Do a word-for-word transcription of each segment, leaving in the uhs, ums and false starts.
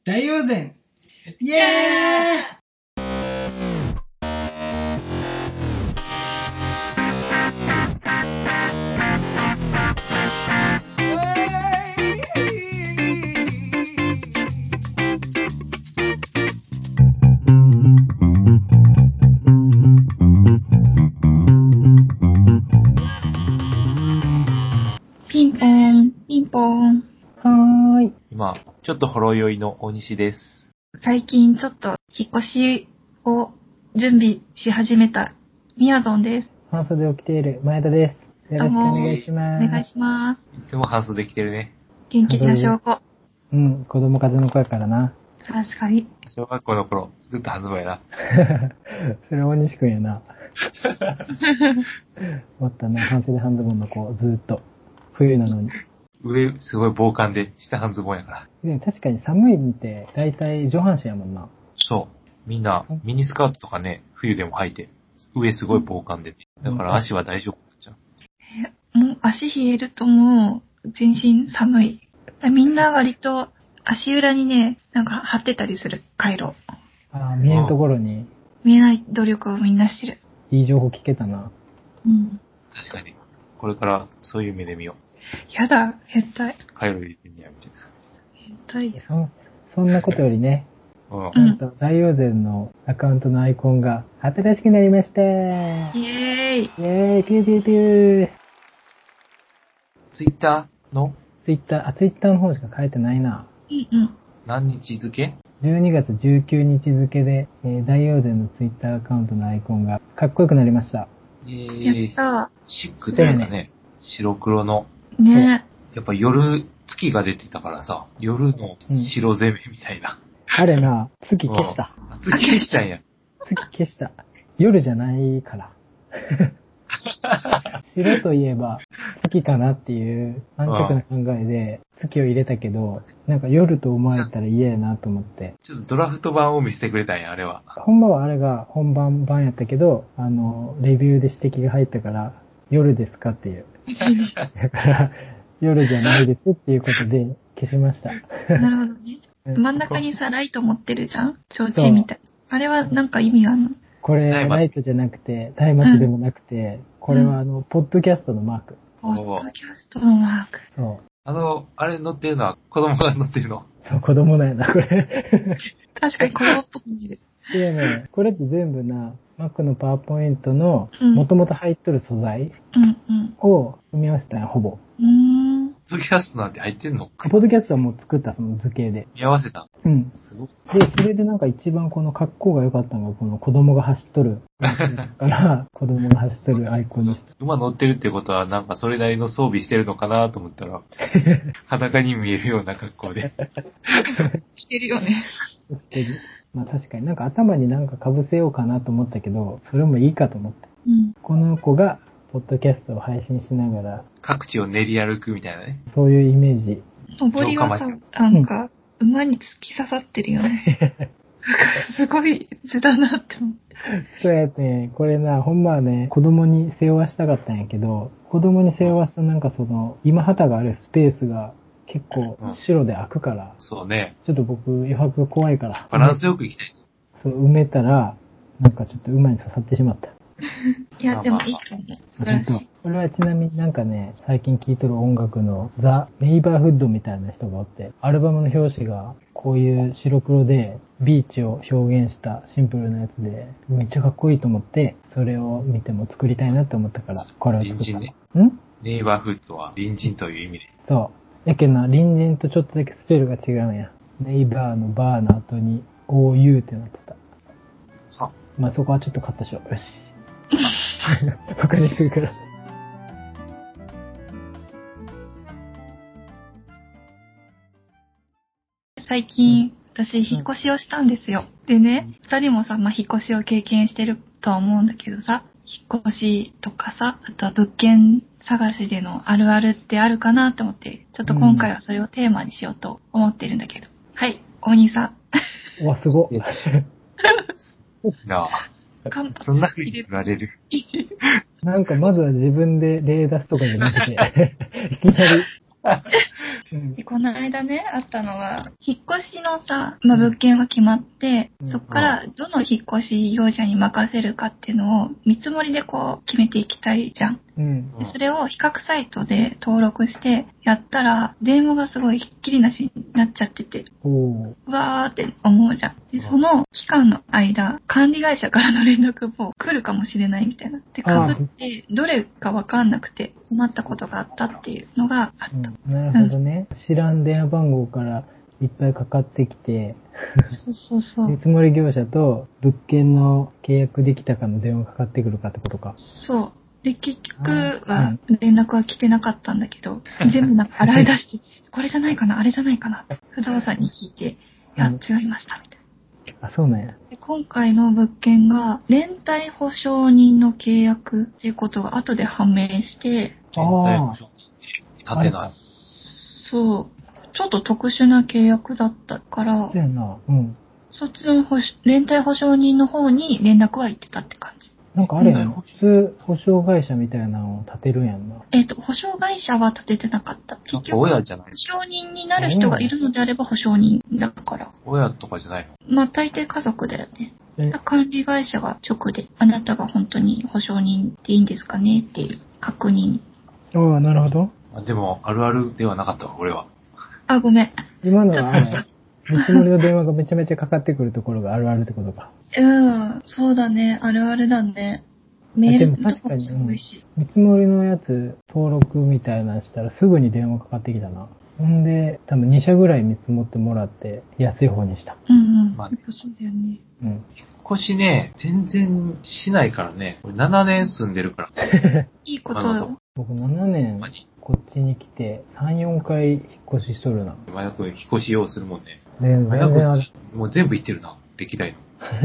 大王禅イエーイ。 ピンポン、ピンポン。 はーい。 今、ちょっとほろ酔いの大西です。 最近ちょっと引っ越しを準備し始めたみやぞんです。 半袖を着ている前田です。よろしくお願いします。 お願いします。 いつも半袖着てるね。 元気な証拠。 うん、子供風の声からな。 確かに。 小学校の頃、ずっと半ズボンやな。 それ大西くんやな。おったね、半袖半ズボンの子、ずーっと。冬なのに。 上、すごい防寒で、下半ズボンやから。 でも確かに寒いんって、だいたい上半身やもんな。 そう。みんな、ミニスカートとかね、冬でも履いて、上すごい防寒で、ね、だから足は大丈夫になっちゃう。 え、もう足冷えるともう、全身寒い。みんな割と、足裏にね、なんか貼ってたりする、回路。 ああ、見えるところに。 見えない努力をみんなしてる。 いい情報聞けたな。 うん。 確かに。これから、そういう目で見よう。 やだ、変態。 カイロ入れてみや、みたいな。 変態。 そ、そんなことよりね、 うん。 うん大王禅のアカウントのアイコンが新しくなりました。イイエーイ。 ェーイ、ピューピューピュー。 ツイッターのツイッター、あ、ツイッターの方しか書いてないな。 うんうん。 何日付じゅうにがつじゅうくにち付で、えー、大王禅のツイッターアカウントのアイコンがかっこよくなりました。 えやっー、 たシックというかね、白黒の、 ー。ねやっぱ夜、月が出てたからさ、夜の白攻めみたいな。 あれな、月消した。 うん。月消したんや。 月消した。夜じゃないから。白といえば月かなっていう安直な考えで月を入れたけど、なんか夜と思われたら嫌やなと思って。 ちょっとドラフト版を見せてくれたんや、あれは。 本場はあれが本番版やったけど、あの、レビューで指摘が入ったから、夜ですかっていう。だから、夜じゃないですっていうことで消しました。 なるほどね。真ん中にさ、ライト持ってるじゃん提灯みたい。あれはなんか意味があるの？ これ、ライトじゃなくて、松明でもなくて、うん、これはあの、ポッドキャストのマーク。 ポッドキャストのマーク。 そう。 あの、あれ乗ってるのは子供が乗ってるの？ そう、子供なんやな、これ。 確かに子供っぽく見える。 いやね、これって全部な、Mac のパワーポイントの、もともと入っとる素材を組み合わせたんや、ほぼ。 うーん。 ポッドキャストなんて入ってんの？ ポッドキャストはもう作ったその図形で。 見合わせた？ うん。 すごい。 で、それでなんか一番この格好が良かったのが、この子供が走っとる。から、子供が走っとるアイコンにした。 馬乗ってるってことは、なんかそれなりの装備してるのかなと思ったら、裸に見えるような格好で。 してるよね。 してる。まあ確かになんか頭になんか被せようかなと思ったけど、それもいいかと思って。 うん、 この子が、ポッドキャストを配信しながら、 各地を練り歩くみたいなね。 そういうイメージ。 登りはさ、なんか、馬に突き刺さってるよね。すごい図だなって思って。 そうやってね、これな、ほんまはね、子供に背負わしたかったんやけど、子供に背負わすとなんかその、今旗があるスペースが結構白で開くから、 うん、そうね。 ちょっと僕余白が怖いから。 バランスよくいきたい。 そう、埋めたら、なんかちょっと馬に刺さってしまった。 いや、でもいいかも。素晴らしい。 これはちなみになんかね、最近聴いとる音楽のザ・ネイバーフッドみたいな人がおって、アルバムの表紙がこういう白黒でビーチを表現したシンプルなやつで、めっちゃかっこいいと思って、それを見ても作りたいなって思ったから、これを作った。 隣人ね。ん？ ネイバーフッドは隣人という意味で。 そう。やけんな、隣人とちょっとだけスペルが違うんや。ネイバーのバーの後に オーユー ってなってた。 はまあそこはちょっとカットしよう。よし。わかりにくいから。 最近、私、引っ越しをしたんですよ。でね、二人もさ、まあ、引っ越しを経験してるとは思うんだけどさ、引っ越しとかさ、あとは物件探しでのあるあるってあるかなと思って、ちょっと今回はそれをテーマにしようと思ってるんだけど。はい、大兄さん。 うわ、すごっ。 なあ。そんな風に言われる。 なんかまずは自分で例出すとかじゃなくて、いきなり。 うんでこの間ね、あったのは、引っ越しのさ、まあ、物件は決まって、 うんそこからどの引っ越し業者に任せるかっていうのを見積もりでこう決めていきたいじゃん。 うん。 でそれを比較サイトで登録してやったら、電話がすごいひっきりなしになっちゃってて、 おー。 うわーって思うじゃん。で、その期間の間、管理会社からの連絡も来るかもしれないみたいな。で、被って、どれかわかんなくて困ったことがあったっていうのがあった。 うん、なるほどね。知らん電話番号からいっぱいかかってきて、 そうそうそう見。積もり業者と物件の契約できたかの電話かかってくるかってことか。 そう。で、結局うはん連絡は来てなかったんだけど、全部なんか洗い出して、これじゃないかな、あれじゃないかなって不動産に聞いて、いや、 うん違いました、みたいな。 あ、そうなんや。 で今回の物件が、連帯保証人の契約っていうことが後で判明して、 全体保証立てない。 そう、ちょっと特殊な契約だったからそう、やな。うん。 そっちの保証連帯保証人の方に連絡は行ってたって感じ。 なんかあれやうんな。普通、保証会社みたいなのを立てるんやんな。 えっ、と、保証会社は立ててなかった。 ちょっと結局、保親じゃない証人になる人がいるのであれば保証人だから。 親とかじゃないのまあ、大抵家族だよね。 え、 管理会社が直で、あなたが本当に保証人でいいんですかねっていう確認。 ああ、なるほど。 あでも、あるあるではなかったわ、俺は。 あ、ごめん。 今のちょっとはあれ、見積もりの電話がめちゃめちゃかかってくるところがあるあるってことか。 うん、そうだね。あるあるだね。メーでもルとかも確かに、うんすごいし。 見積もりのやつ登録みたいなのしたらすぐに電話かかってきたな。ほんで、多分に社ぐらい見積もってもらって安い方にした。 うんうん。 まあやっぱそうだよね。 うん。 引っ越しね、全然しないからね。俺ななねん住んでるから。 いいことよ。 僕ななねんほんまに。 こっちに来てさん、よんかい引っ越ししとるな。 前田君引っ越し用するもんね。 全前田然ある。 君、もう全部行ってるな、歴代の。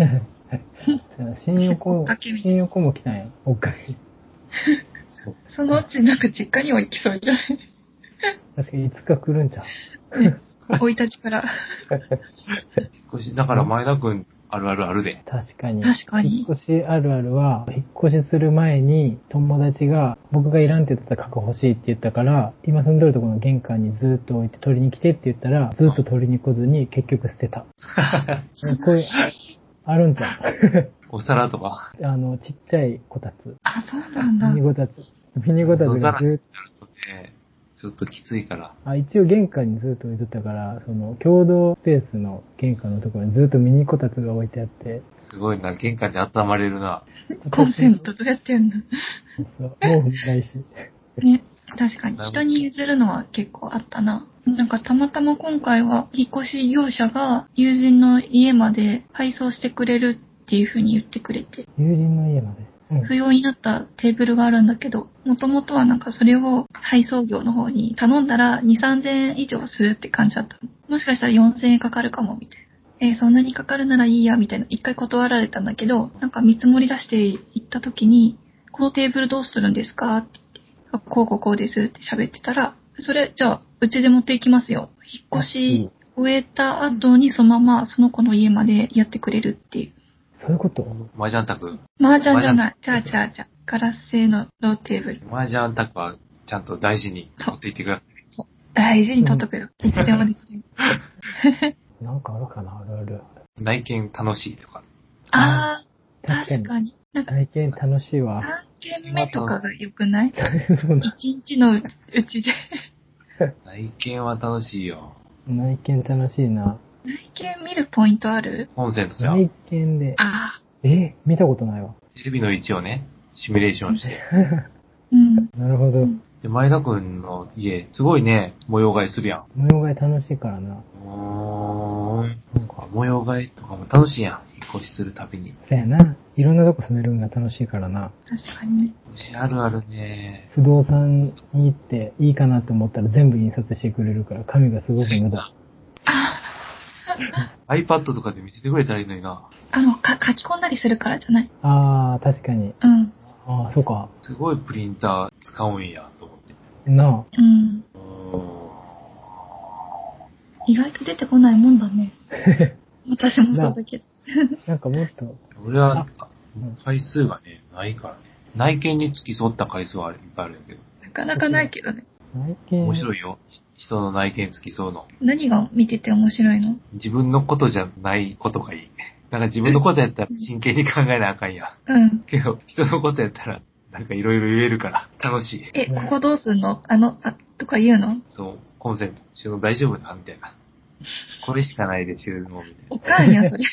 新横追っかけみ、たい新横も来たんや。追っかけ。 そう。 そのうちなんか実家には行きそうじゃない確かにいつか来るんちゃう。 生い立ちから。 引っ越し、だから前田君、あるあるあるで。 確かに。 確かに引っ越しあるあるは、引っ越しする前に友達が僕がいらんって言ってた角欲しいって言ったから、今住んどるところの玄関にずっと置いて取りに来てって言ったら、ずっと取りに来ずに結局捨てた。こういう、あるんじゃん。 お皿とか。 あの、ちっちゃいこたつ。 あ、そうなんだミニ。こたつ。ミニこたつ野ざらしになるがずっとね、ちょっときついから。 あ、一応玄関にずっと置いとったから、その、共同スペースの玄関のところにずっとミニこたつが置いてあって、 すごいな、玄関で温まれるな。 コンセントどうやってんのそう、毛布もないし。 ね。確かに。人に譲るのは結構あったな。なんかたまたま今回は引っ越し業者が友人の家まで配送してくれるっていう風に言ってくれて、 友人の家まで。うん。 不要になったテーブルがあるんだけど、もともとはなんかそれを配送業の方に頼んだらに、さんぜんえん以上するって感じだったの。もしかしたらよんせんえんかかるかもみたいな。えーそんなにかかるならいいやみたいな。一回断られたんだけど、なんか見積もり出して行った時に、このテーブルどうするんですかって言って、あこうこうこうですって喋ってたら、それじゃあうちで持って行きますよ。引っ越し終えた後にそのままその子の家までやってくれるっていう。 そういうこと麻雀卓。 麻雀じゃない。じゃあじゃあじゃあ。ガラス製のローテーブル。 麻雀卓はちゃんと大事に持っていってください。 大事に取っとくよ。いつでもできる。 なんかあるかな、あるある。 内見楽しいとか。 あー、 確かに確かに。なんか体験楽しいわ。 さん軒目とかが良くないそうな一日のうちで。 内見は楽しいよ。 内見楽しいな。 内見見るポイントあるコンセントじゃん。 内見で、 あえ、見たことないわ。 テレビの位置をね、シミュレーションして。 ー、うん。 なるほど。 で、前田くんの家、すごいね、模様替えするやん。 模様替え楽しいからな。 うーん。なんか模様替えとかも楽しいやん。引っ越しするたびに。 そやな。いろんなとこ住めるんが楽しいからな。 確かにね。 しあるあるね。 不動産に行っていいかなと思ったら全部印刷してくれるから紙がすごく無駄。 あ iPad とかで見せてくれたらいいのにな。 ー、あの、か、書き込んだりするからじゃないあー、確かに。 うん。 あー、そうか。 すごいプリンター使うんや、と思って。 なうん。 うー意外と出てこないもんだね。私もそうだけど。 あ。なんかもっと、 ん。俺はあ、 回数がね、ないからね。内見に付き添った回数はいっぱいあるんやけど。 なかなかないけどね。 内見。 面白いよ。 人の内見付きそうの。 何が見てて面白いの？ 自分のことじゃないことがいい。なんか自分のことやったら真剣に考えなあかんや。 うん。 けど、人のことやったら、なんかいろいろ言えるから、楽しい。 え、ここどうすんの？あの、あ、とか言うの？ そう、コンセント、収納大丈夫なみたいな。これしかないで収納みたいな。 おかんや、それ。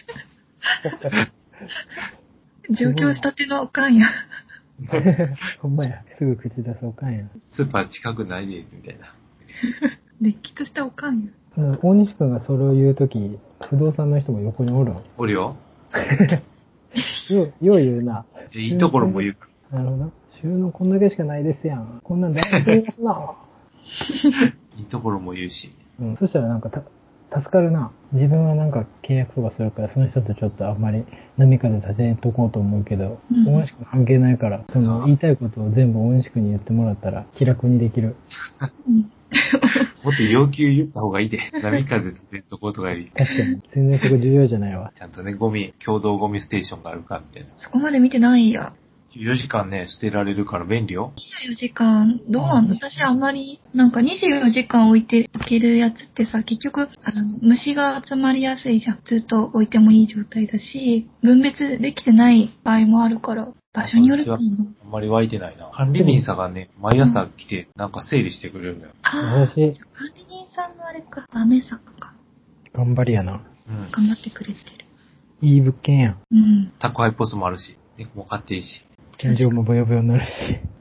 上京したてのおかんや。 ほんまや。すぐ口出そうかんや。 スーパー近くないで、みたいな。 れっきとしたおかんや。 うん大西くんがそれを言うとき、不動産の人も横におるん。 おるよ。 よう、よう言うな。 いいところも言うかなるほど。収納こんだけしかないですやん。こんなん大丈夫ですな。 ら。いいところも言うし。 うん。そしたらなんかた、助かるな。自分はなんか契約とかするから、その人とちょっとあんまり波風立てとこうと思うけど、 うん大西くん関係ないから、その言いたいことを全部大西くんに言ってもらったら気楽にできる。 うんもっと要求言った方がいいで。波風立てとこうとかより。 確かに。全然そこ重要じゃないわ。 ちゃんとね、ゴミ、共同ゴミステーションがあるか、みたいな。 そこまで見てないや。 じゅうよじかんね、捨てられるから便利よ。 にじゅうよじかん、どうなんだ？私あんまり、なんかにじゅうよじかん置いておけるやつってさ、結局、あの、虫が集まりやすいじゃん。ずっと置いてもいい状態だし、分別できてない場合もあるから、場所によるかな。 あんまり湧いてないな。管理人さんがね、毎朝来て、なんか整理してくれるんだよ。 ああ、 優しい。 管理人さんのあれか、雨作か。 頑張りやな。 うん。 頑張ってくれてる。 いい物件やん。 うん。 宅配ポストもあるし、猫も飼っていいし。 天井もブヨブヨになるし。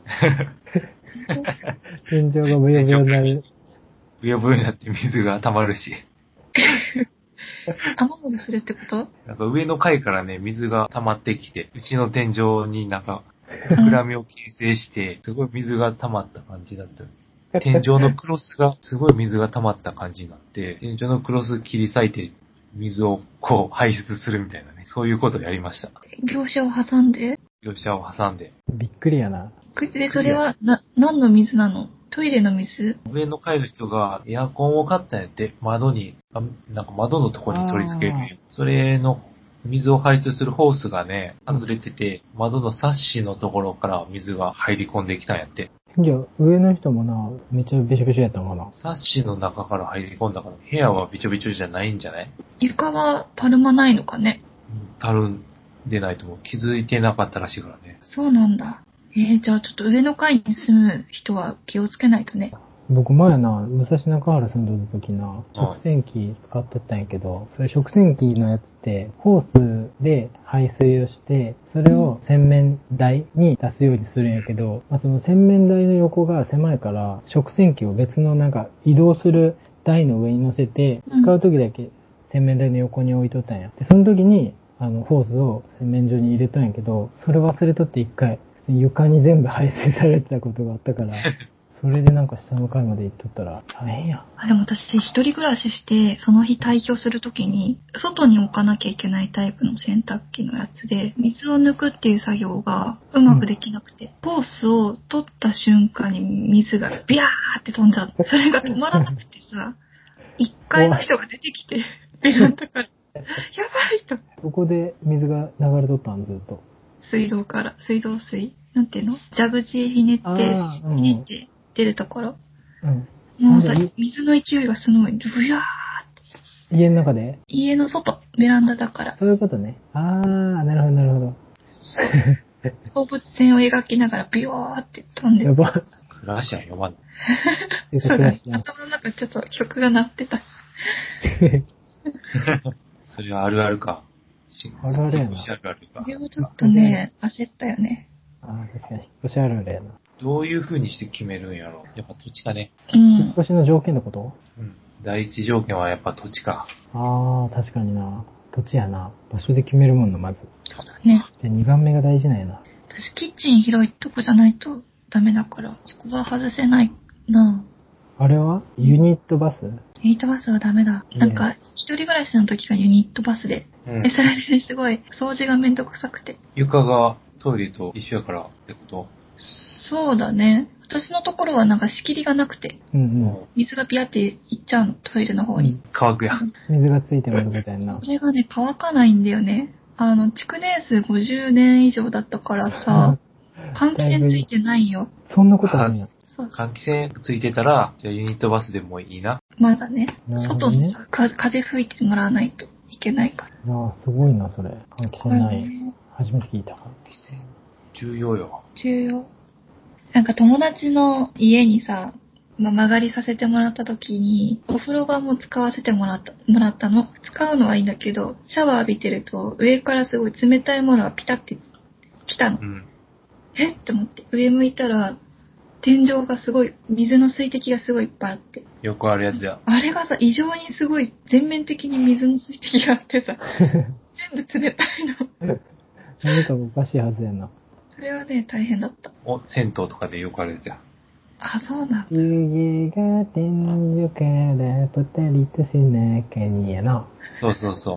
天井がブヨブヨになる。 ブヨブヨになって水が溜まるし。 雨漏りするってこと？ なんか上の階からね、水が溜まってきて、うちの天井になんか、膨らみを形成して、すごい水が溜まった感じだったよ。天井のクロスが、すごい水が溜まった感じになって、天井のクロス切り裂いて、水をこう排出するみたいなね、そういうことをやりました。 業者を挟んで？ 業者を挟んで。 びっくりやな。 で、それは、な、何の水なの？トイレの水？ 上の階の人がエアコンを買ったんやって、窓に、あなんか窓のとこに取り付けるんよ。それの水を排出するホースがね、外れてて、窓のサッシのところから水が入り込んできたんやって。 じゃあ、上の人もな、めっちゃびしょびしょやったのかな。 サッシの中から入り込んだから、部屋はびちょびちょじゃないんじゃない？ 床はたるまないのかね？ うんたるんでないとも気づいてなかったらしいからね。 そうなんだ。えー、じゃあちょっと上の階に住む人は気をつけないとね。 僕前な、武蔵中原住んどる時な、食洗機使っとったんやけど、それ食洗機のやつって、ホースで排水をして、それを洗面台に出すようにするんやけど、まあ、その洗面台の横が狭いから、食洗機を別のなんか移動する台の上に乗せて、使う時だけ洗面台の横に置いとったんや。で、その時に、あの、ホースを洗面所に入れたんやけど、それ忘れとって一回、床に全部排水されてたことがあったから、それでなんか下の階まで行っとったら大変や。 あ、でも私一人暮らしして、その日退去するときに、外に置かなきゃいけないタイプの洗濯機のやつで、水を抜くっていう作業がうまくできなくて、ホースを取った瞬間に水がビャーって飛んじゃって、それが止まらなくてさ、一階の人が出てきて、ベランダから、やばいと。 そこで水が流れとったんずっと。 水道から、水道水なんていうの？蛇口ひねって、 あーうんひねって出るところ。 うん。 もうさなんで、 水の勢いがすごい、ブヤーって。 家の中で家の外、ベランダだから。 そういうことね。あー、なるほどなるほど。 放物線を描きながらビヨーって飛んでる。 やば。 クラッシャー読まん。 そうだね。頭の中ちょっと曲が鳴ってた。 それはあるあるか。 あるあるやな。 あるあるかこ。れをちょっとね、焦ったよね。 あー、確かに。引っ越しあるあるやな。 どういう風にして決めるんやろ。やっぱ土地かね。 う引っん。 越しの条件のこと？ うん。第一条件はやっぱ土地か。 あー、確かにな。土地やな。場所で決めるもんな、まず。 そうだね。 ね。 じゃあにばんめが大事なんやな。 私キッチン広いとこじゃないとダメだから、そこは外せないな。 あれはユニットバス？ ユニットバスはダメだ。なんか、一人暮らしの時がユニットバスで。 うんで、それで、ね、すごい、掃除がめんどくさくて。 床がトイレと一緒やからってこと？ そうだね。私のところはなんか仕切りがなくて、 うんうん。 も水がビャっていっちゃうの、トイレの方に。 う乾くやん。 水がついてるみたいなそ。れがね、乾かないんだよね。あの、築年数ごじゅうねん以上だったからさ、換気扇ついてないよ。 そんなことあるんや。 そうそう。 換気扇ついてたら、じゃあユニットバスでもいいな。 まだね、 なるほ外どねのさ、か風吹いてもらわないといけないから。 いやーすごいな、それ。換気扇ない。初めて聞いた。 換気扇、重要よ。 重要。なんか友達の家にさ、まあ、曲がりさせてもらった時に、お風呂場も使わせてもらった、もらったの。使うのはいいんだけど、シャワー浴びてると、上からすごい冷たいものがピタって来たの。 うん。 えって思って、上向いたら、天井がすごい、水の水滴がすごいいっぱいあって。 よくあるやつだ。 あれがさ、異常にすごい、全面的に水の水滴があってさ、全部冷たいの。 何かおかしいはずやな。 それはね、大変だった。 お、銭湯とかでよくあるやつや。 あ、そうなんだ。 湯気が天井からぽたりと背中にやな。 そうそうそう。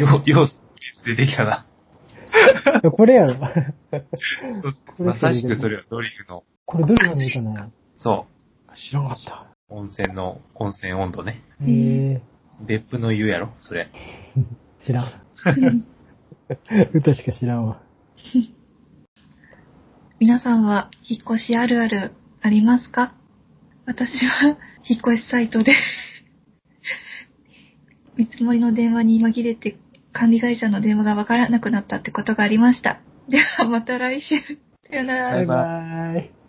よ、よう、出てきたな。 これやろ。 まさしくそれはドリフの、 これどれの歌なんや。 そ知らんかった。 う。温泉の、温泉温度ね。 へえ別府の湯やろ、それ。 ー。知らん。歌しか知らんわ。 皆さんは引っ越しあるあるありますか？私は引っ越しサイトで見積もりの電話に紛れて管理会社の電話がわからなくなったってことがありました。ではまた来週。さよなら。 バイバーイ。